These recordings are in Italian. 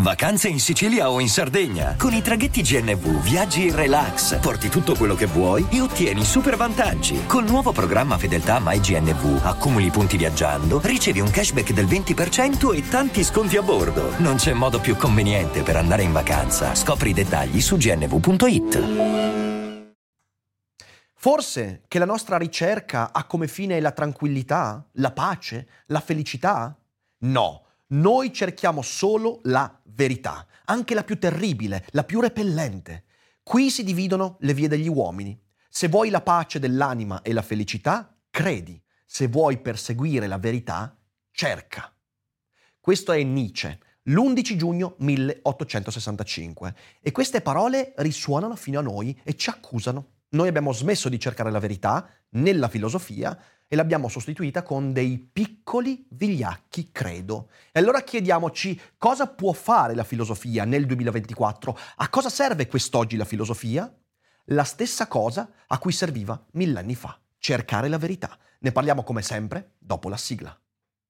Vacanze in Sicilia o in Sardegna. Con i traghetti GNV viaggi in relax, porti tutto quello che vuoi e ottieni super vantaggi. Col nuovo programma Fedeltà MyGNV accumuli punti viaggiando, ricevi un cashback del 20% e tanti sconti a bordo. Non c'è modo più conveniente per andare in vacanza. Scopri i dettagli su gnv.it. Forse che la nostra ricerca ha come fine la tranquillità, la pace, la felicità? No. Noi cerchiamo solo la verità, anche la più terribile, la più repellente. Qui si dividono le vie degli uomini. Se vuoi la pace dell'anima e la felicità, credi. Se vuoi perseguire la verità, cerca. Questo è Nietzsche, l'11 giugno 1865. E queste parole risuonano fino a noi e ci accusano. Noi abbiamo smesso di cercare la verità nella filosofia e l'abbiamo sostituita con dei piccoli vigliacchi credo. E allora chiediamoci cosa può fare la filosofia nel 2024? A cosa serve quest'oggi la filosofia? La stessa cosa a cui serviva millenni fa, cercare la verità. Ne parliamo come sempre dopo la sigla.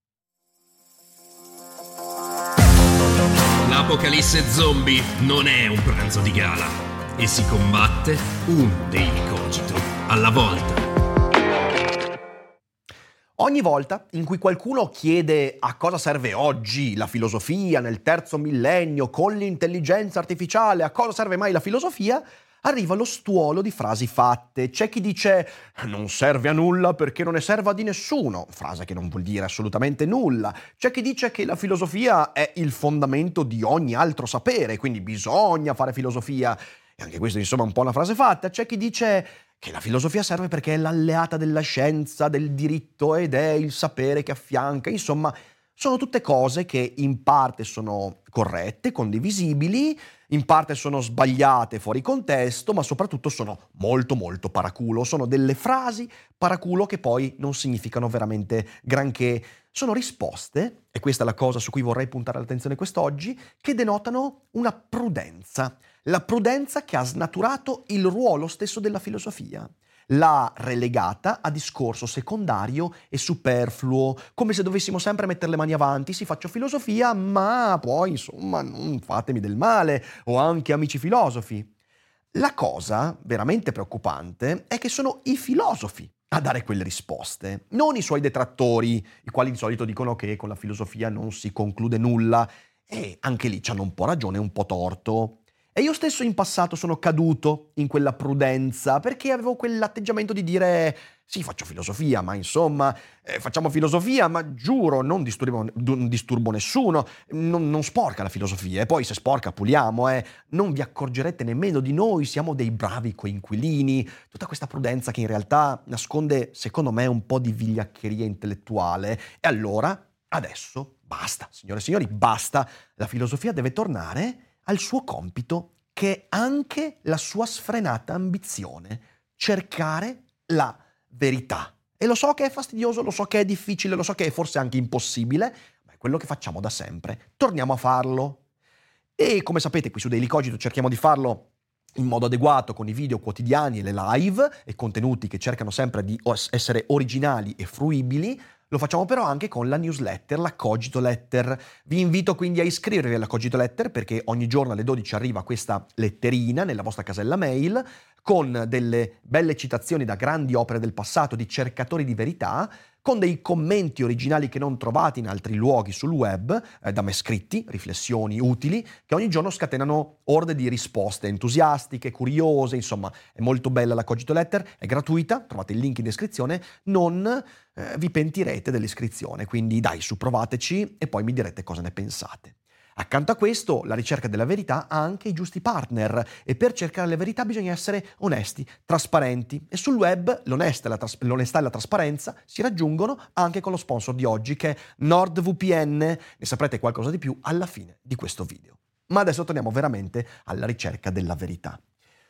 L'apocalisse zombie non è un pranzo di gala e si combatte un daily cogito alla volta. Ogni volta in cui qualcuno chiede a cosa serve oggi la filosofia nel terzo millennio con l'intelligenza artificiale, a cosa serve mai la filosofia, arriva lo stuolo di frasi fatte. C'è chi dice non serve a nulla perché non ne serva di nessuno, frase che non vuol dire assolutamente nulla. C'è chi dice che la filosofia è il fondamento di ogni altro sapere, quindi bisogna fare filosofia. E anche questo insomma è un po' una frase fatta. C'è chi dice che la filosofia serve perché è l'alleata della scienza, del diritto ed è il sapere che affianca. Insomma, sono tutte cose che in parte sono corrette, condivisibili, in parte sono sbagliate, fuori contesto, ma soprattutto sono molto molto paraculo. Sono delle frasi paraculo che poi non significano veramente granché. Sono risposte, e questa è la cosa su cui vorrei puntare l'attenzione quest'oggi, che denotano una prudenza. La prudenza che ha snaturato il ruolo stesso della filosofia. L'ha relegata a discorso secondario e superfluo, come se dovessimo sempre mettere le mani avanti, sì faccio filosofia, ma poi insomma non fatemi del male, ho anche amici filosofi. La cosa veramente preoccupante è che sono i filosofi a dare quelle risposte, non i suoi detrattori, i quali di solito dicono che con la filosofia non si conclude nulla, e anche lì c'hanno un po' ragione e un po' torto. E io stesso in passato sono caduto in quella prudenza perché avevo quell'atteggiamento di dire sì, faccio filosofia, ma insomma, facciamo filosofia, ma giuro, non disturbo nessuno, non sporca la filosofia, e poi se sporca puliamo, non vi accorgerete nemmeno di noi, siamo dei bravi coinquilini, tutta questa prudenza che in realtà nasconde, secondo me, un po' di vigliaccheria intellettuale. E allora, adesso, basta, signore e signori, basta, la filosofia deve tornare al suo compito, che è anche la sua sfrenata ambizione, cercare la verità. E lo so che è fastidioso, lo so che è difficile, lo so che è forse anche impossibile, ma è quello che facciamo da sempre. Torniamo a farlo. E come sapete, qui su Daily Cogito cerchiamo di farlo in modo adeguato con i video quotidiani e le live e contenuti che cercano sempre di essere originali e fruibili. Lo facciamo però anche con la newsletter, la Cogito Letter. Vi invito quindi a iscrivervi alla Cogito Letter perché ogni giorno alle 12 arriva questa letterina nella vostra casella mail con delle belle citazioni da grandi opere del passato di cercatori di verità, con dei commenti originali che non trovate in altri luoghi sul web, da me scritti, riflessioni utili, che ogni giorno scatenano orde di risposte entusiastiche, curiose, insomma è molto bella la Cogito Letter, è gratuita, trovate il link in descrizione, non vi pentirete dell'iscrizione, quindi dai su provateci e poi mi direte cosa ne pensate. Accanto a questo, la ricerca della verità ha anche i giusti partner e per cercare la verità bisogna essere onesti, trasparenti e sul web l'onestà e la trasparenza si raggiungono anche con lo sponsor di oggi che è NordVPN. Ne saprete qualcosa di più alla fine di questo video. Ma adesso torniamo veramente alla ricerca della verità.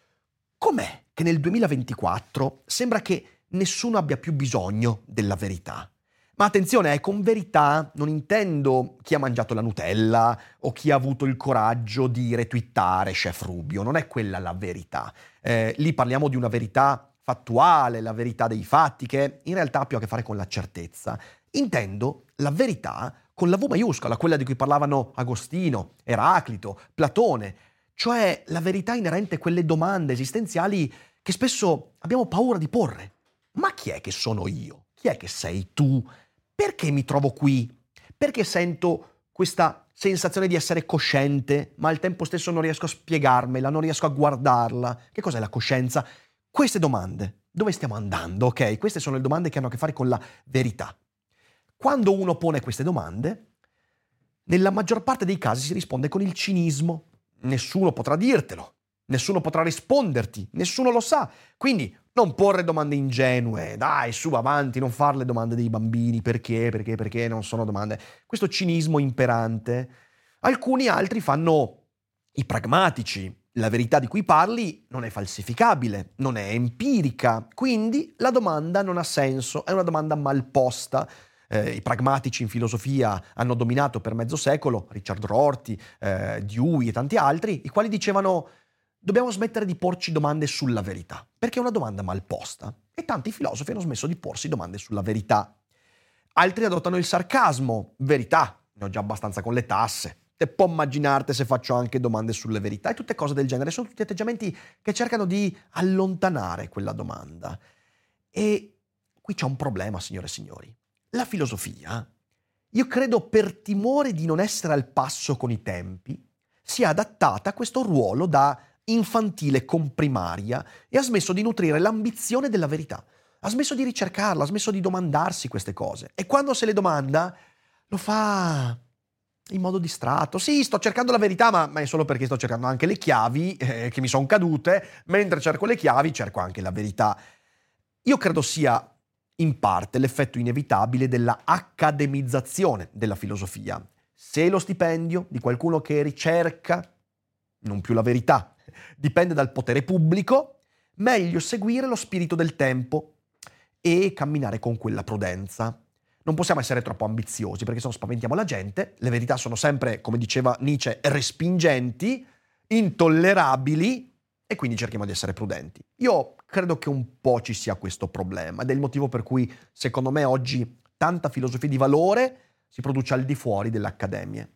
Com'è che nel 2024 sembra che nessuno abbia più bisogno della verità? Ma attenzione, con verità non intendo chi ha mangiato la Nutella o chi ha avuto il coraggio di retweetare Chef Rubio, non è quella la verità. Lì parliamo di una verità fattuale, la verità dei fatti, che in realtà ha più a che fare con la certezza. Intendo la verità con la V maiuscola, quella di cui parlavano Agostino, Eraclito, Platone, cioè la verità inerente a quelle domande esistenziali che spesso abbiamo paura di porre. Ma chi è che sono io? Chi è che sei tu? Perché mi trovo qui? Perché sento questa sensazione di essere cosciente, ma al tempo stesso non riesco a spiegarmela, non riesco a guardarla? Che cos'è la coscienza? Queste domande, dove stiamo andando? Ok, queste sono le domande che hanno a che fare con la verità. Quando uno pone queste domande, nella maggior parte dei casi si risponde con il cinismo. Nessuno potrà dirtelo, nessuno potrà risponderti, nessuno lo sa. Quindi non porre domande ingenue, dai, su, avanti, non fare le domande dei bambini, perché, non sono domande. Questo cinismo imperante. Alcuni altri fanno i pragmatici. La verità di cui parli non è falsificabile, non è empirica, quindi la domanda non ha senso, è una domanda mal posta. I pragmatici in filosofia hanno dominato per mezzo secolo, Richard Rorty, Dewey e tanti altri, i quali dicevano: dobbiamo smettere di porci domande sulla verità, perché è una domanda mal posta. E tanti filosofi hanno smesso di porsi domande sulla verità. Altri adottano il sarcasmo: verità, ne ho già abbastanza con le tasse. Te può immaginarti se faccio anche domande sulle verità, e tutte cose del genere. Sono tutti atteggiamenti che cercano di allontanare quella domanda. E qui c'è un problema, signore e signori. La filosofia, io credo per timore di non essere al passo con i tempi, si è adattata a questo ruolo da infantile comprimaria e ha smesso di nutrire l'ambizione della verità. Ha smesso di ricercarla, ha smesso di domandarsi queste cose. E quando se le domanda, lo fa in modo distratto. Sì, sto cercando la verità, ma è solo perché sto cercando anche le chiavi che mi sono cadute. Mentre cerco le chiavi, cerco anche la verità. Io credo sia in parte l'effetto inevitabile della accademizzazione della filosofia. Se lo stipendio di qualcuno che ricerca, non più la verità, dipende dal potere pubblico, meglio seguire lo spirito del tempo e camminare con quella prudenza. Non possiamo essere troppo ambiziosi, perché se no spaventiamo la gente. Le verità sono sempre, come diceva Nietzsche, respingenti, intollerabili, e quindi cerchiamo di essere prudenti. Io credo che un po' ci sia questo problema, ed è il motivo per cui, secondo me, oggi tanta filosofia di valore si produce al di fuori delle accademie.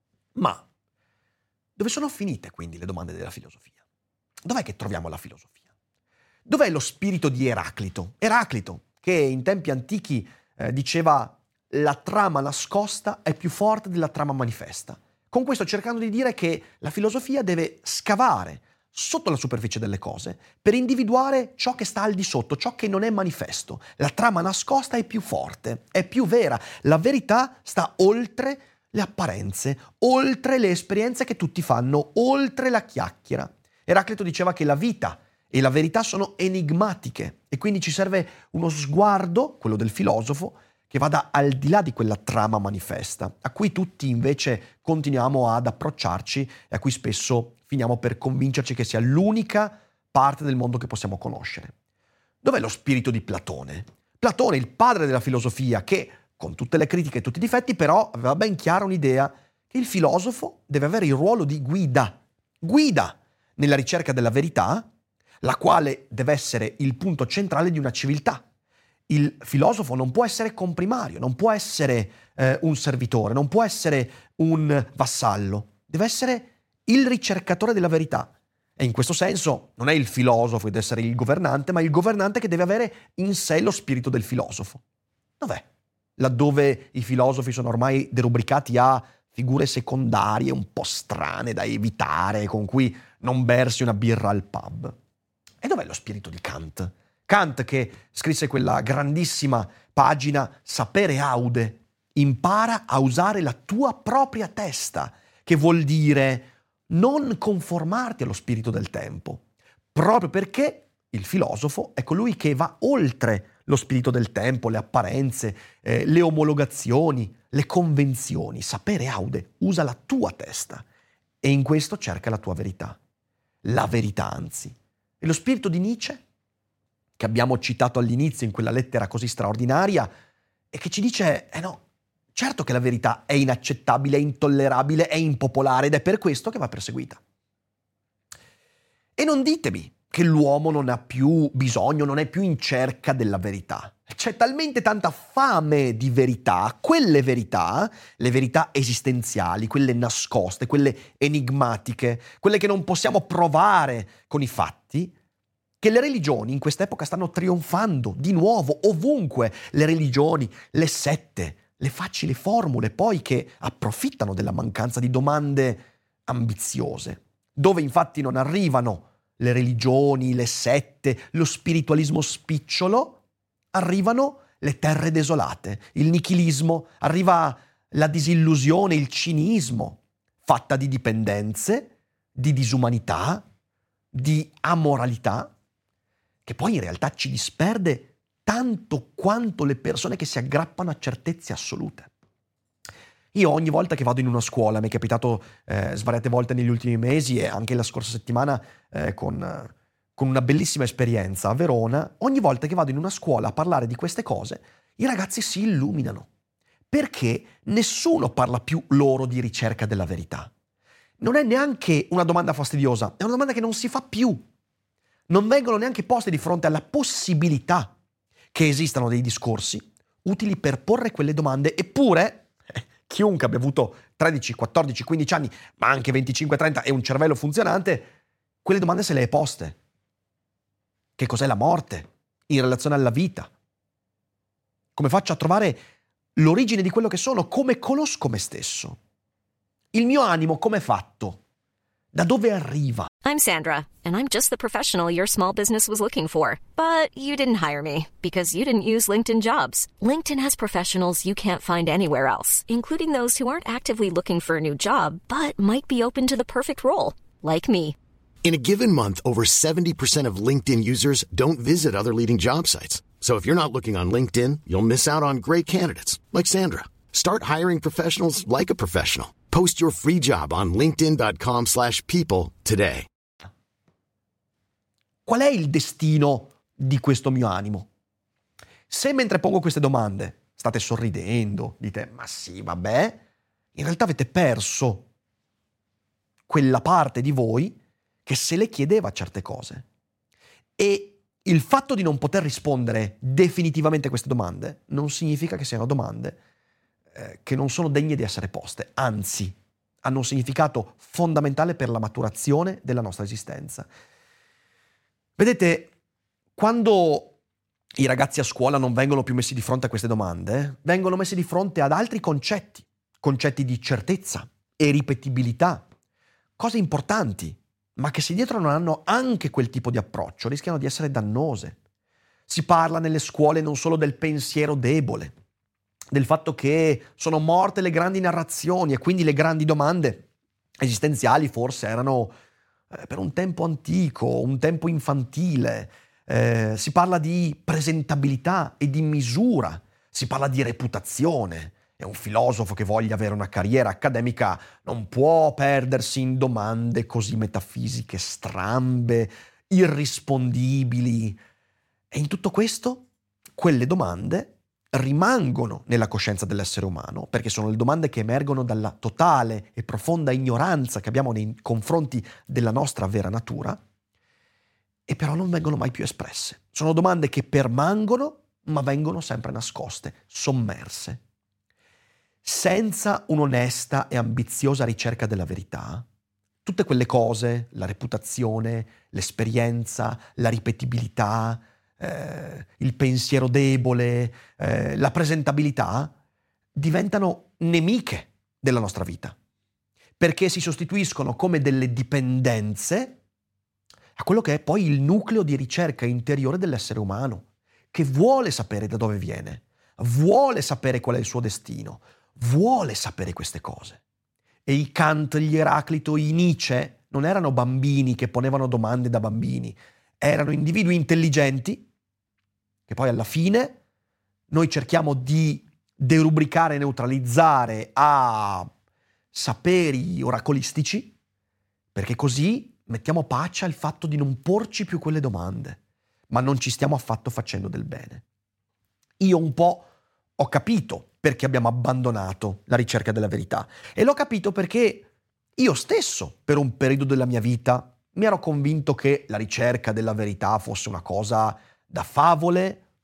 Ma dove sono finite quindi le domande della filosofia? Dov'è che troviamo la filosofia? Dov'è lo spirito di Eraclito? Eraclito, che in tempi antichi diceva: la trama nascosta è più forte della trama manifesta. Con questo cercando di dire che la filosofia deve scavare sotto la superficie delle cose per individuare ciò che sta al di sotto, ciò che non è manifesto. La trama nascosta è più forte, è più vera. La verità sta oltre le apparenze, oltre le esperienze che tutti fanno, oltre la chiacchiera. Eraclito diceva che la vita e la verità sono enigmatiche e quindi ci serve uno sguardo, quello del filosofo, che vada al di là di quella trama manifesta, a cui tutti invece continuiamo ad approcciarci e a cui spesso finiamo per convincerci che sia l'unica parte del mondo che possiamo conoscere. Dov'è lo spirito di Platone? Platone, il padre della filosofia, che, con tutte le critiche e tutti i difetti, però aveva ben chiara un'idea che il filosofo deve avere il ruolo di guida nella ricerca della verità, la quale deve essere il punto centrale di una civiltà. Il filosofo non può essere comprimario, non può essere un servitore, non può essere un vassallo, deve essere il ricercatore della verità. E in questo senso non è il filosofo che deve essere il governante, ma il governante che deve avere in sé lo spirito del filosofo. Dov'è? Laddove i filosofi sono ormai derubricati a figure secondarie un po' strane da evitare, con cui non bersi una birra al pub. E dov'è lo spirito di Kant? Kant, che scrisse quella grandissima pagina Sapere aude, impara a usare la tua propria testa, che vuol dire non conformarti allo spirito del tempo, proprio perché il filosofo è colui che va oltre lo spirito del tempo, le apparenze, le omologazioni, le convenzioni. Sapere aude, usa la tua testa e in questo cerca la tua verità. La verità, anzi. E lo spirito di Nietzsche, che abbiamo citato all'inizio in quella lettera così straordinaria, e che ci dice, no, certo che la verità è inaccettabile, è intollerabile, è impopolare ed è per questo che va perseguita. E non ditemi che l'uomo non ha più bisogno, non è più in cerca della verità. C'è talmente tanta fame di verità, quelle verità, le verità esistenziali, quelle nascoste, quelle enigmatiche, quelle che non possiamo provare con i fatti, che le religioni in quest'epoca stanno trionfando di nuovo ovunque. Le religioni, le sette, le facili formule poi che approfittano della mancanza di domande ambiziose, dove infatti non arrivano le religioni, le sette, lo spiritualismo spicciolo, arrivano le terre desolate, il nichilismo, arriva la disillusione, il cinismo, fatta di dipendenze, di disumanità, di amoralità, che poi in realtà ci disperde tanto quanto le persone che si aggrappano a certezze assolute. Io ogni volta che vado in una scuola, mi è capitato svariate volte negli ultimi mesi e anche la scorsa settimana con una bellissima esperienza a Verona, ogni volta che vado in una scuola a parlare di queste cose, i ragazzi si illuminano, perché nessuno parla più loro di ricerca della verità. Non è neanche una domanda fastidiosa, è una domanda che non si fa più. Non vengono neanche poste di fronte alla possibilità che esistano dei discorsi utili per porre quelle domande, eppure chiunque abbia avuto 13, 14, 15 anni, ma anche 25, 30 e un cervello funzionante, quelle domande se le è poste. Che cos'è la morte in relazione alla vita? Come faccio a trovare l'origine di quello che sono? Come conosco me stesso? Il mio animo com'è fatto? Da dove arriva? I'm Sandra, and I'm just the professional your small business was looking for. But you didn't hire me because you didn't use LinkedIn Jobs. LinkedIn has professionals you can't find anywhere else, including those who aren't actively looking for a new job, but might be open to the perfect role, like me. In a given month, over 70% of LinkedIn users don't visit other leading job sites. So if you're not looking on LinkedIn, you'll miss out on great candidates like Sandra. Start hiring professionals like a professional. Post your free job on linkedin.com/people today. Qual è il destino di questo mio animo? Se mentre pongo queste domande state sorridendo, dite ma sì, vabbè, in realtà avete perso quella parte di voi che se le chiedeva certe cose. E il fatto di non poter rispondere definitivamente a queste domande non significa che siano domande che non sono degne di essere poste, anzi, hanno un significato fondamentale per la maturazione della nostra esistenza. Vedete, quando i ragazzi a scuola non vengono più messi di fronte a queste domande, vengono messi di fronte ad altri concetti di certezza e ripetibilità, cose importanti, ma che se dietro non hanno anche quel tipo di approccio rischiano di essere dannose. Si parla nelle scuole non solo del pensiero debole, del fatto che sono morte le grandi narrazioni e quindi le grandi domande esistenziali forse erano per un tempo antico, un tempo infantile. Si parla di presentabilità e di misura, si parla di reputazione. E un filosofo che voglia avere una carriera accademica non può perdersi in domande così metafisiche, strambe, irrispondibili. E in tutto questo, quelle domande rimangono nella coscienza dell'essere umano, perché sono le domande che emergono dalla totale e profonda ignoranza che abbiamo nei confronti della nostra vera natura, e però non vengono mai più espresse. Sono domande che permangono, ma vengono sempre nascoste, sommerse. Senza un'onesta e ambiziosa ricerca della verità, tutte quelle cose, la reputazione, l'esperienza, la ripetibilità, il pensiero debole, la presentabilità, diventano nemiche della nostra vita, perché si sostituiscono come delle dipendenze a quello che è poi il nucleo di ricerca interiore dell'essere umano, che vuole sapere da dove viene, vuole sapere qual è il suo destino, vuole sapere queste cose. E i Kant, gli Eraclito, i Nietzsche non erano bambini che ponevano domande da bambini, erano individui intelligenti che poi alla fine noi cerchiamo di derubricare e neutralizzare a saperi oracolistici, perché così mettiamo pace al fatto di non porci più quelle domande, ma non ci stiamo affatto facendo del bene. Io un po' ho capito perché abbiamo abbandonato la ricerca della verità, e l'ho capito perché io stesso, per un periodo della mia vita, mi ero convinto che la ricerca della verità fosse una cosa da favole,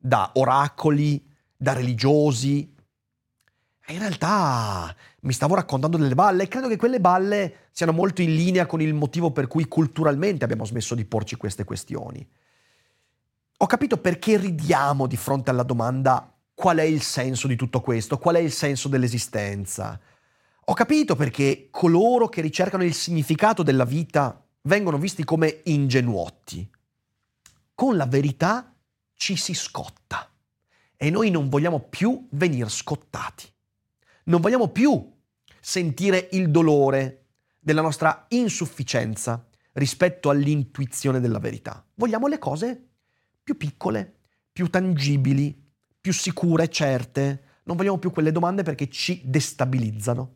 da oracoli, da religiosi. E in realtà mi stavo raccontando delle balle e credo che quelle balle siano molto in linea con il motivo per cui culturalmente abbiamo smesso di porci queste questioni. Ho capito perché ridiamo di fronte alla domanda: qual è il senso di tutto questo? Qual è il senso dell'esistenza? Ho capito perché coloro che ricercano il significato della vita vengono visti come ingenuotti. Con la verità ci si scotta e noi non vogliamo più venire scottati. Non vogliamo più sentire il dolore della nostra insufficienza rispetto all'intuizione della verità. Vogliamo le cose più piccole, più tangibili, più sicure, certe. Non vogliamo più quelle domande perché ci destabilizzano.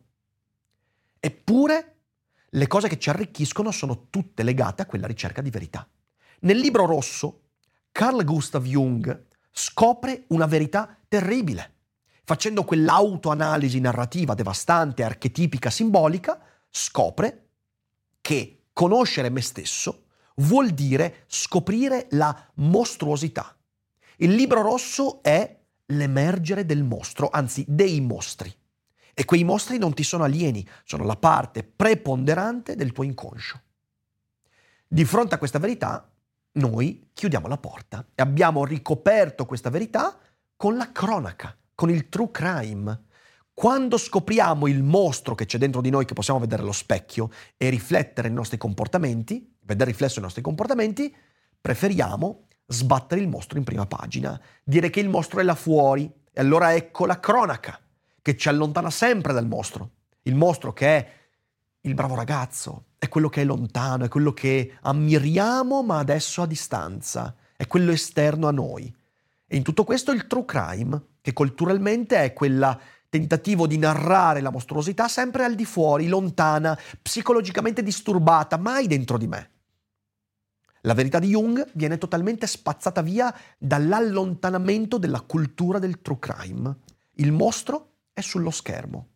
Eppure le cose che ci arricchiscono sono tutte legate a quella ricerca di verità. Nel libro rosso, Carl Gustav Jung scopre una verità terribile. Facendo quell'autoanalisi narrativa devastante, archetipica, simbolica, scopre che conoscere me stesso vuol dire scoprire la mostruosità. Il libro rosso è l'emergere del mostro, anzi dei mostri. E quei mostri non ti sono alieni, sono la parte preponderante del tuo inconscio. Di fronte a questa verità, noi chiudiamo la porta e abbiamo ricoperto questa verità con la cronaca, con il true crime. Quando scopriamo il mostro che c'è dentro di noi, che possiamo vedere allo specchio e riflettere nei nostri comportamenti, vedere riflesso nei nostri comportamenti, preferiamo sbattere il mostro in prima pagina, dire che il mostro è là fuori. E allora ecco la cronaca che ci allontana sempre dal mostro. Il mostro che è il bravo ragazzo, è quello che è lontano, è quello che ammiriamo ma adesso a distanza, è quello esterno a noi. E in tutto questo il true crime, che culturalmente è quel tentativo di narrare la mostruosità sempre al di fuori, lontana, psicologicamente disturbata, mai dentro di me. La verità di Jung viene totalmente spazzata via dall'allontanamento della cultura del true crime. Il mostro è sullo schermo.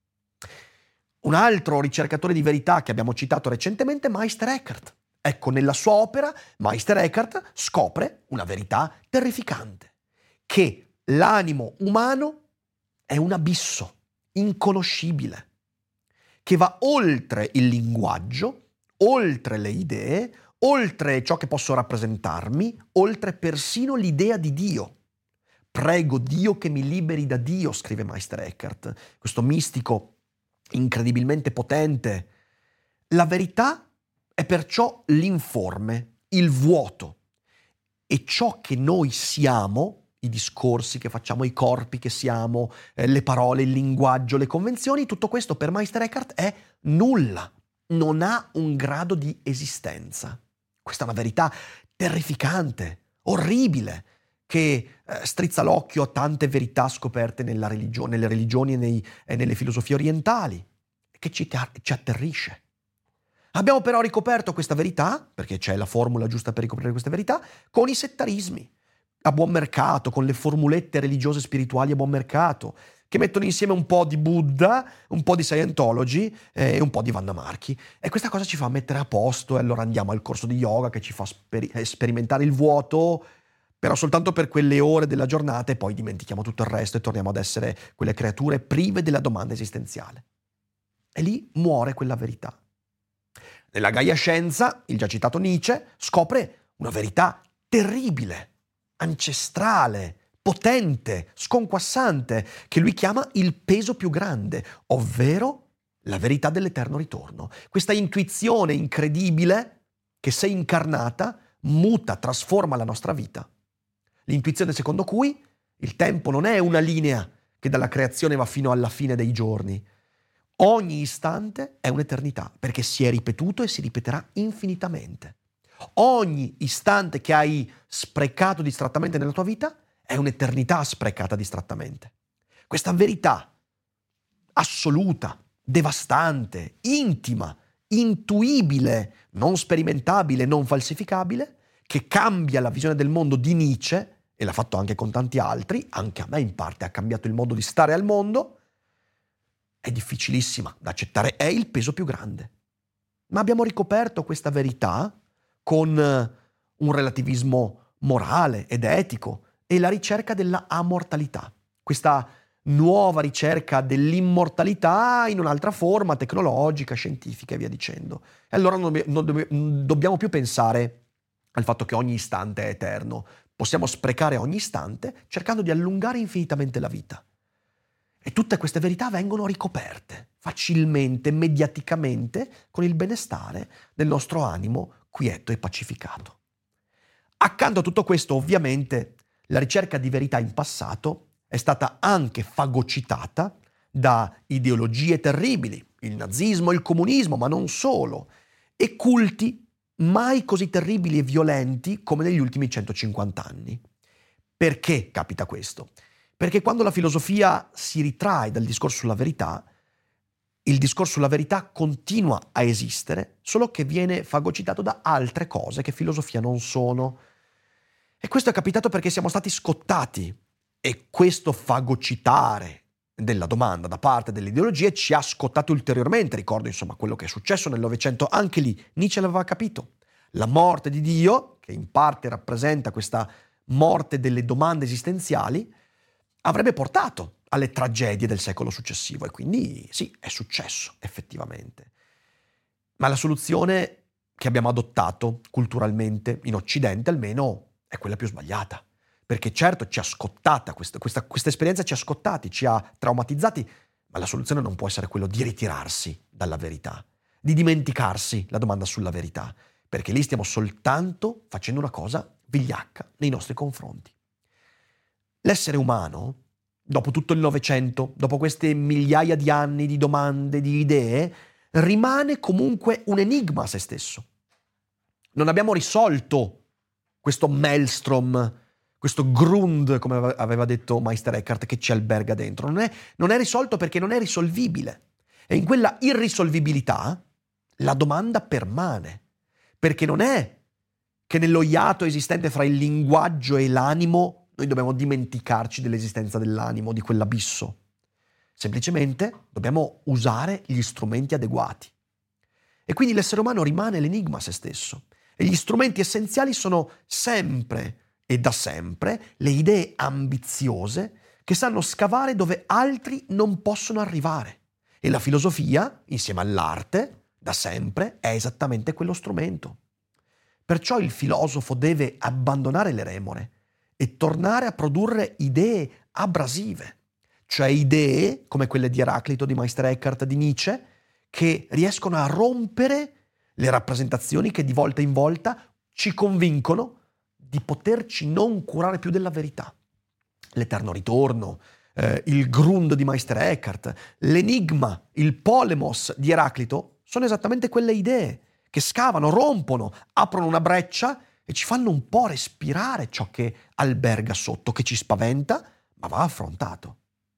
Un altro ricercatore di verità che abbiamo citato recentemente è Meister Eckhart. Ecco, nella sua opera Meister Eckhart scopre una verità terrificante, che l'animo umano è un abisso inconoscibile, che va oltre il linguaggio, oltre le idee, oltre ciò che posso rappresentarmi, oltre persino l'idea di Dio. Prego Dio che mi liberi da Dio, scrive Meister Eckhart, questo mistico incredibilmente potente. La verità è perciò l'informe, il vuoto, e ciò che noi siamo, i discorsi che facciamo, i corpi che siamo, le parole, il linguaggio, le convenzioni, tutto questo per Meister Eckhart è nulla, non ha un grado di esistenza. Questa è una verità terrificante, orribile, che strizza l'occhio a tante verità scoperte nelle religioni e nelle filosofie orientali, che ci atterrisce. Abbiamo però ricoperto questa verità, perché c'è la formula giusta per ricoprire queste verità, con i settarismi, a buon mercato, con le formulette religiose e spirituali a buon mercato, che mettono insieme un po' di Buddha, un po' di Scientology e un po' di Vanna Marchi. E questa cosa ci fa mettere a posto, e allora andiamo al corso di yoga che ci fa sperimentare il vuoto, però soltanto per quelle ore della giornata, e poi dimentichiamo tutto il resto e torniamo ad essere quelle creature prive della domanda esistenziale. E lì muore quella verità. Nella Gaia Scienza, il già citato Nietzsche scopre una verità terribile, ancestrale, potente, sconquassante, che lui chiama il peso più grande, ovvero la verità dell'eterno ritorno. Questa intuizione incredibile che, se incarnata, muta, trasforma la nostra vita. L'intuizione secondo cui il tempo non è una linea che dalla creazione va fino alla fine dei giorni. Ogni istante è un'eternità, perché si è ripetuto e si ripeterà infinitamente. Ogni istante che hai sprecato distrattamente nella tua vita è un'eternità sprecata distrattamente. Questa verità assoluta, devastante, intima, intuibile, non sperimentabile, non falsificabile, che cambia la visione del mondo di Nietzsche, e l'ha fatto anche con tanti altri, anche a me in parte ha cambiato il modo di stare al mondo, è difficilissima da accettare, è il peso più grande. Ma abbiamo ricoperto questa verità con un relativismo morale ed etico e la ricerca della amortalità, questa nuova ricerca dell'immortalità in un'altra forma tecnologica, scientifica e via dicendo. E allora non dobbiamo più pensare al fatto che ogni istante è eterno. Possiamo sprecare ogni istante cercando di allungare infinitamente la vita. E tutte queste verità vengono ricoperte facilmente, mediaticamente, con il benestare del nostro animo quieto e pacificato. Accanto a tutto questo, ovviamente, la ricerca di verità in passato è stata anche fagocitata da ideologie terribili, il nazismo, il comunismo, ma non solo, e culti mai così terribili e violenti come negli ultimi 150 anni. Perché capita questo? Perché quando la filosofia si ritrae dal discorso sulla verità, il discorso sulla verità continua a esistere, solo che viene fagocitato da altre cose che filosofia non sono. E questo è capitato perché siamo stati scottati, e questo fagocitare della domanda da parte delle ideologie ci ha scottato ulteriormente. Ricordo insomma quello che è successo nel Novecento, anche lì Nietzsche l'aveva capito. La morte di Dio, che in parte rappresenta questa morte delle domande esistenziali, avrebbe portato alle tragedie del secolo successivo, e quindi sì, è successo effettivamente. Ma la soluzione che abbiamo adottato culturalmente, in Occidente almeno, è quella più sbagliata. Perché certo ci ha scottata, questa esperienza ci ha scottati, ci ha traumatizzati, ma la soluzione non può essere quello di ritirarsi dalla verità, di dimenticarsi la domanda sulla verità, perché lì stiamo soltanto facendo una cosa vigliacca nei nostri confronti. L'essere umano, dopo tutto il Novecento, dopo queste migliaia di anni di domande, di idee, rimane comunque un enigma a se stesso. Non abbiamo risolto questo maelstrom, questo Grund, come aveva detto Meister Eckhart, che ci alberga dentro. Non è risolto perché non è risolvibile. E in quella irrisolvibilità la domanda permane. Perché non è che nello iato esistente fra il linguaggio e l'animo noi dobbiamo dimenticarci dell'esistenza dell'animo, di quell'abisso. Semplicemente dobbiamo usare gli strumenti adeguati. E quindi l'essere umano rimane l'enigma a se stesso. E gli strumenti essenziali sono sempre e da sempre le idee ambiziose che sanno scavare dove altri non possono arrivare. E la filosofia, insieme all'arte, da sempre è esattamente quello strumento. Perciò il filosofo deve abbandonare le remore e tornare a produrre idee abrasive, cioè idee come quelle di Eraclito, di Meister Eckhart, di Nietzsche, che riescono a rompere le rappresentazioni che di volta in volta ci convincono di poterci non curare più della verità. L'eterno ritorno, il Grund di Meister Eckhart, l'enigma, il polemos di Eraclito sono esattamente quelle idee che scavano, rompono, aprono una breccia e ci fanno un po' respirare ciò che alberga sotto, che ci spaventa, ma va affrontato.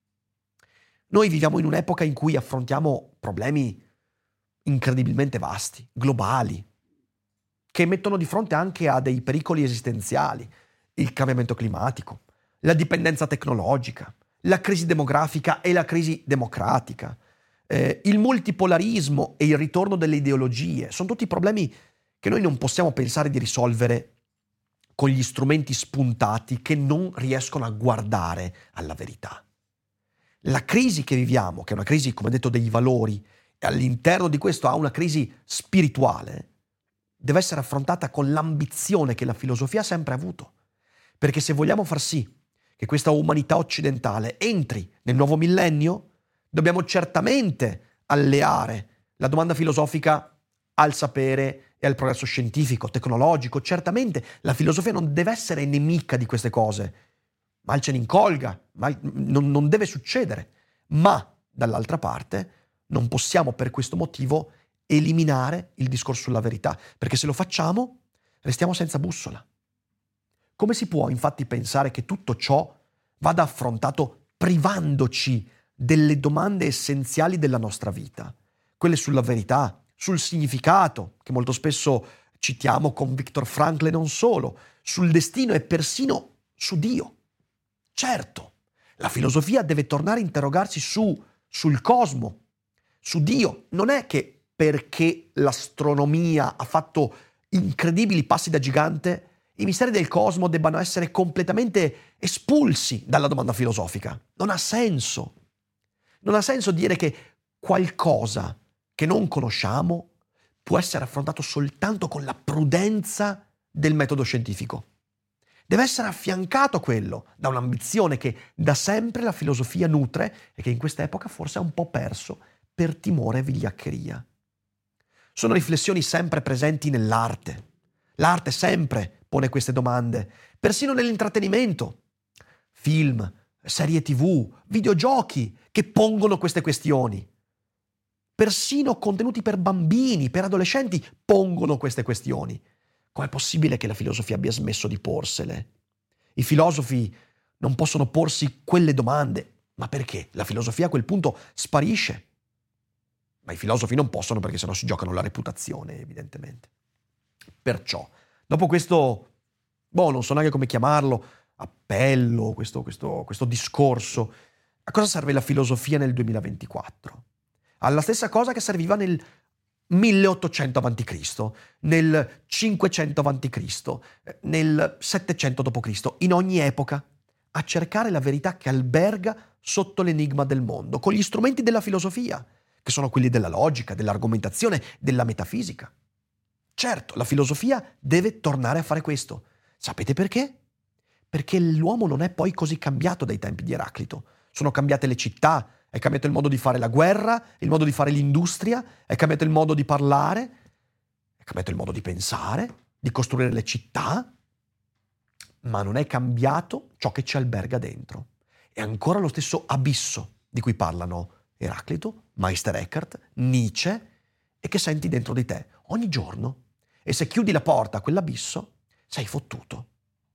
Noi viviamo in un'epoca in cui affrontiamo problemi incredibilmente vasti, globali, che mettono di fronte anche a dei pericoli esistenziali: il cambiamento climatico, la dipendenza tecnologica, la crisi demografica e la crisi democratica, il multipolarismo e il ritorno delle ideologie. Sono tutti problemi che noi non possiamo pensare di risolvere con gli strumenti spuntati che non riescono a guardare alla verità. La crisi che viviamo, che è una crisi, come detto, dei valori, e all'interno di questo ha una crisi spirituale, deve essere affrontata con l'ambizione che la filosofia ha sempre avuto. Perché se vogliamo far sì che questa umanità occidentale entri nel nuovo millennio, dobbiamo certamente alleare la domanda filosofica al sapere e al progresso scientifico, tecnologico. Certamente la filosofia non deve essere nemica di queste cose, mal ce ne incolga, non deve succedere. Ma, dall'altra parte, non possiamo per questo motivo eliminare il discorso sulla verità, perché se lo facciamo restiamo senza bussola. Come si può infatti pensare che tutto ciò vada affrontato privandoci delle domande essenziali della nostra vita? Quelle sulla verità, sul significato, che molto spesso citiamo con Viktor Frankl e non solo, sul destino e persino su Dio. Certo, la filosofia deve tornare a interrogarsi sul cosmo, su Dio. Non è che perché l'astronomia ha fatto incredibili passi da gigante i misteri del cosmo debbano essere completamente espulsi dalla domanda filosofica. Non ha senso. Non ha senso dire che qualcosa che non conosciamo può essere affrontato soltanto con la prudenza del metodo scientifico. Deve essere affiancato quello da un'ambizione che da sempre la filosofia nutre e che in quest'epoca forse ha un po' perso per timore e vigliaccheria. Sono riflessioni sempre presenti nell'arte. L'arte sempre pone queste domande, persino nell'intrattenimento. Film, serie TV, videogiochi che pongono queste questioni. Persino contenuti per bambini, per adolescenti pongono queste questioni. Com'è possibile che la filosofia abbia smesso di porsele? I filosofi non possono porsi quelle domande. Ma perché? La filosofia a quel punto sparisce. Ma i filosofi non possono perché sennò si giocano la reputazione, evidentemente. Perciò, dopo questo, non so neanche come chiamarlo, appello, questo discorso, a cosa serve la filosofia nel 2024? Alla stessa cosa che serviva nel 1800 a.C., nel 500 a.C., nel 700 d.C., in ogni epoca, a cercare la verità che alberga sotto l'enigma del mondo, con gli strumenti della filosofia, che sono quelli della logica, dell'argomentazione, della metafisica. Certo, la filosofia deve tornare a fare questo. Sapete perché? Perché l'uomo non è poi così cambiato dai tempi di Eraclito. Sono cambiate le città, è cambiato il modo di fare la guerra, il modo di fare l'industria, è cambiato il modo di parlare, è cambiato il modo di pensare, di costruire le città, ma non è cambiato ciò che ci alberga dentro. È ancora lo stesso abisso di cui parlano Eraclito, Meister Eckhart, Nietzsche, e che senti dentro di te ogni giorno. E se chiudi la porta a quell'abisso, sei fottuto.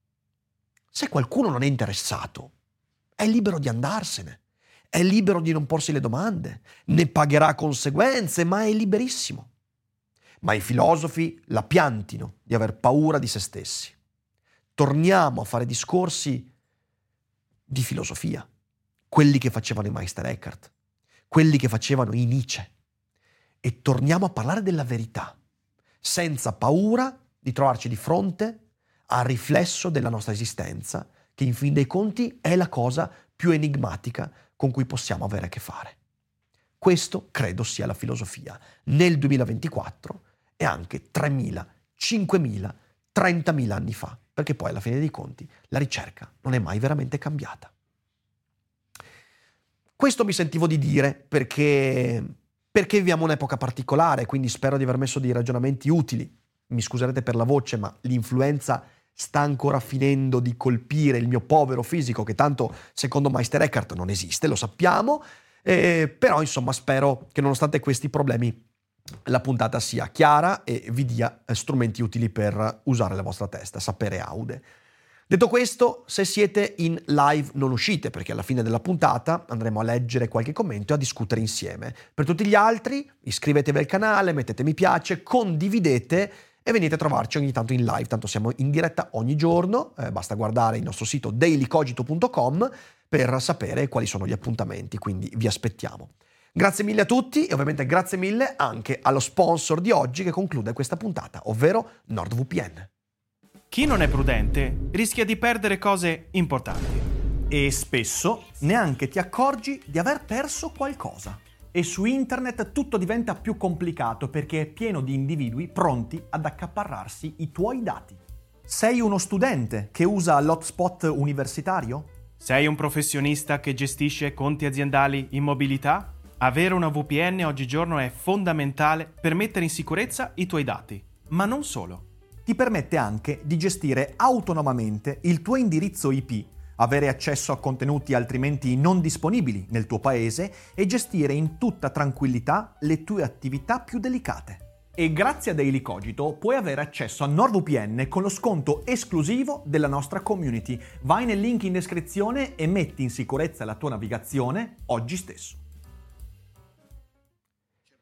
Se qualcuno non è interessato, è libero di andarsene. È libero di non porsi le domande, ne pagherà conseguenze, ma è liberissimo. Ma i filosofi la piantino di aver paura di se stessi. Torniamo a fare discorsi di filosofia, quelli che facevano i Meister Eckhart, quelli che facevano i Nietzsche, e torniamo a parlare della verità, senza paura di trovarci di fronte al riflesso della nostra esistenza, che in fin dei conti è la cosa più enigmatica con cui possiamo avere a che fare. Questo credo sia la filosofia nel 2024 e anche 3.000, 5.000, 30.000 anni fa, perché poi alla fine dei conti la ricerca non è mai veramente cambiata. Questo mi sentivo di dire perché viviamo un'epoca particolare, quindi spero di aver messo dei ragionamenti utili. Mi scuserete per la voce, ma l'influenza sta ancora finendo di colpire il mio povero fisico, che tanto secondo Meister Eckhart non esiste, lo sappiamo, però insomma spero che nonostante questi problemi la puntata sia chiara e vi dia strumenti utili per usare la vostra testa, sapere aude. Detto questo, se siete in live non uscite, perché alla fine della puntata andremo a leggere qualche commento e a discutere insieme. Per tutti gli altri, iscrivetevi al canale, mettete mi piace, condividete e venite a trovarci ogni tanto in live, tanto siamo in diretta ogni giorno, basta guardare il nostro sito dailycogito.com per sapere quali sono gli appuntamenti, quindi vi aspettiamo. Grazie mille a tutti e ovviamente grazie mille anche allo sponsor di oggi che conclude questa puntata, ovvero NordVPN. Chi non è prudente rischia di perdere cose importanti. E spesso neanche ti accorgi di aver perso qualcosa. E su internet tutto diventa più complicato perché è pieno di individui pronti ad accaparrarsi i tuoi dati. Sei uno studente che usa l'hotspot universitario? Sei un professionista che gestisce conti aziendali in mobilità? Avere una VPN oggigiorno è fondamentale per mettere in sicurezza i tuoi dati. Ma non solo. Ti permette anche di gestire autonomamente il tuo indirizzo IP, avere accesso a contenuti altrimenti non disponibili nel tuo paese e gestire in tutta tranquillità le tue attività più delicate. E grazie a Daily Cogito puoi avere accesso a NordVPN con lo sconto esclusivo della nostra community. Vai nel link in descrizione e metti in sicurezza la tua navigazione oggi stesso.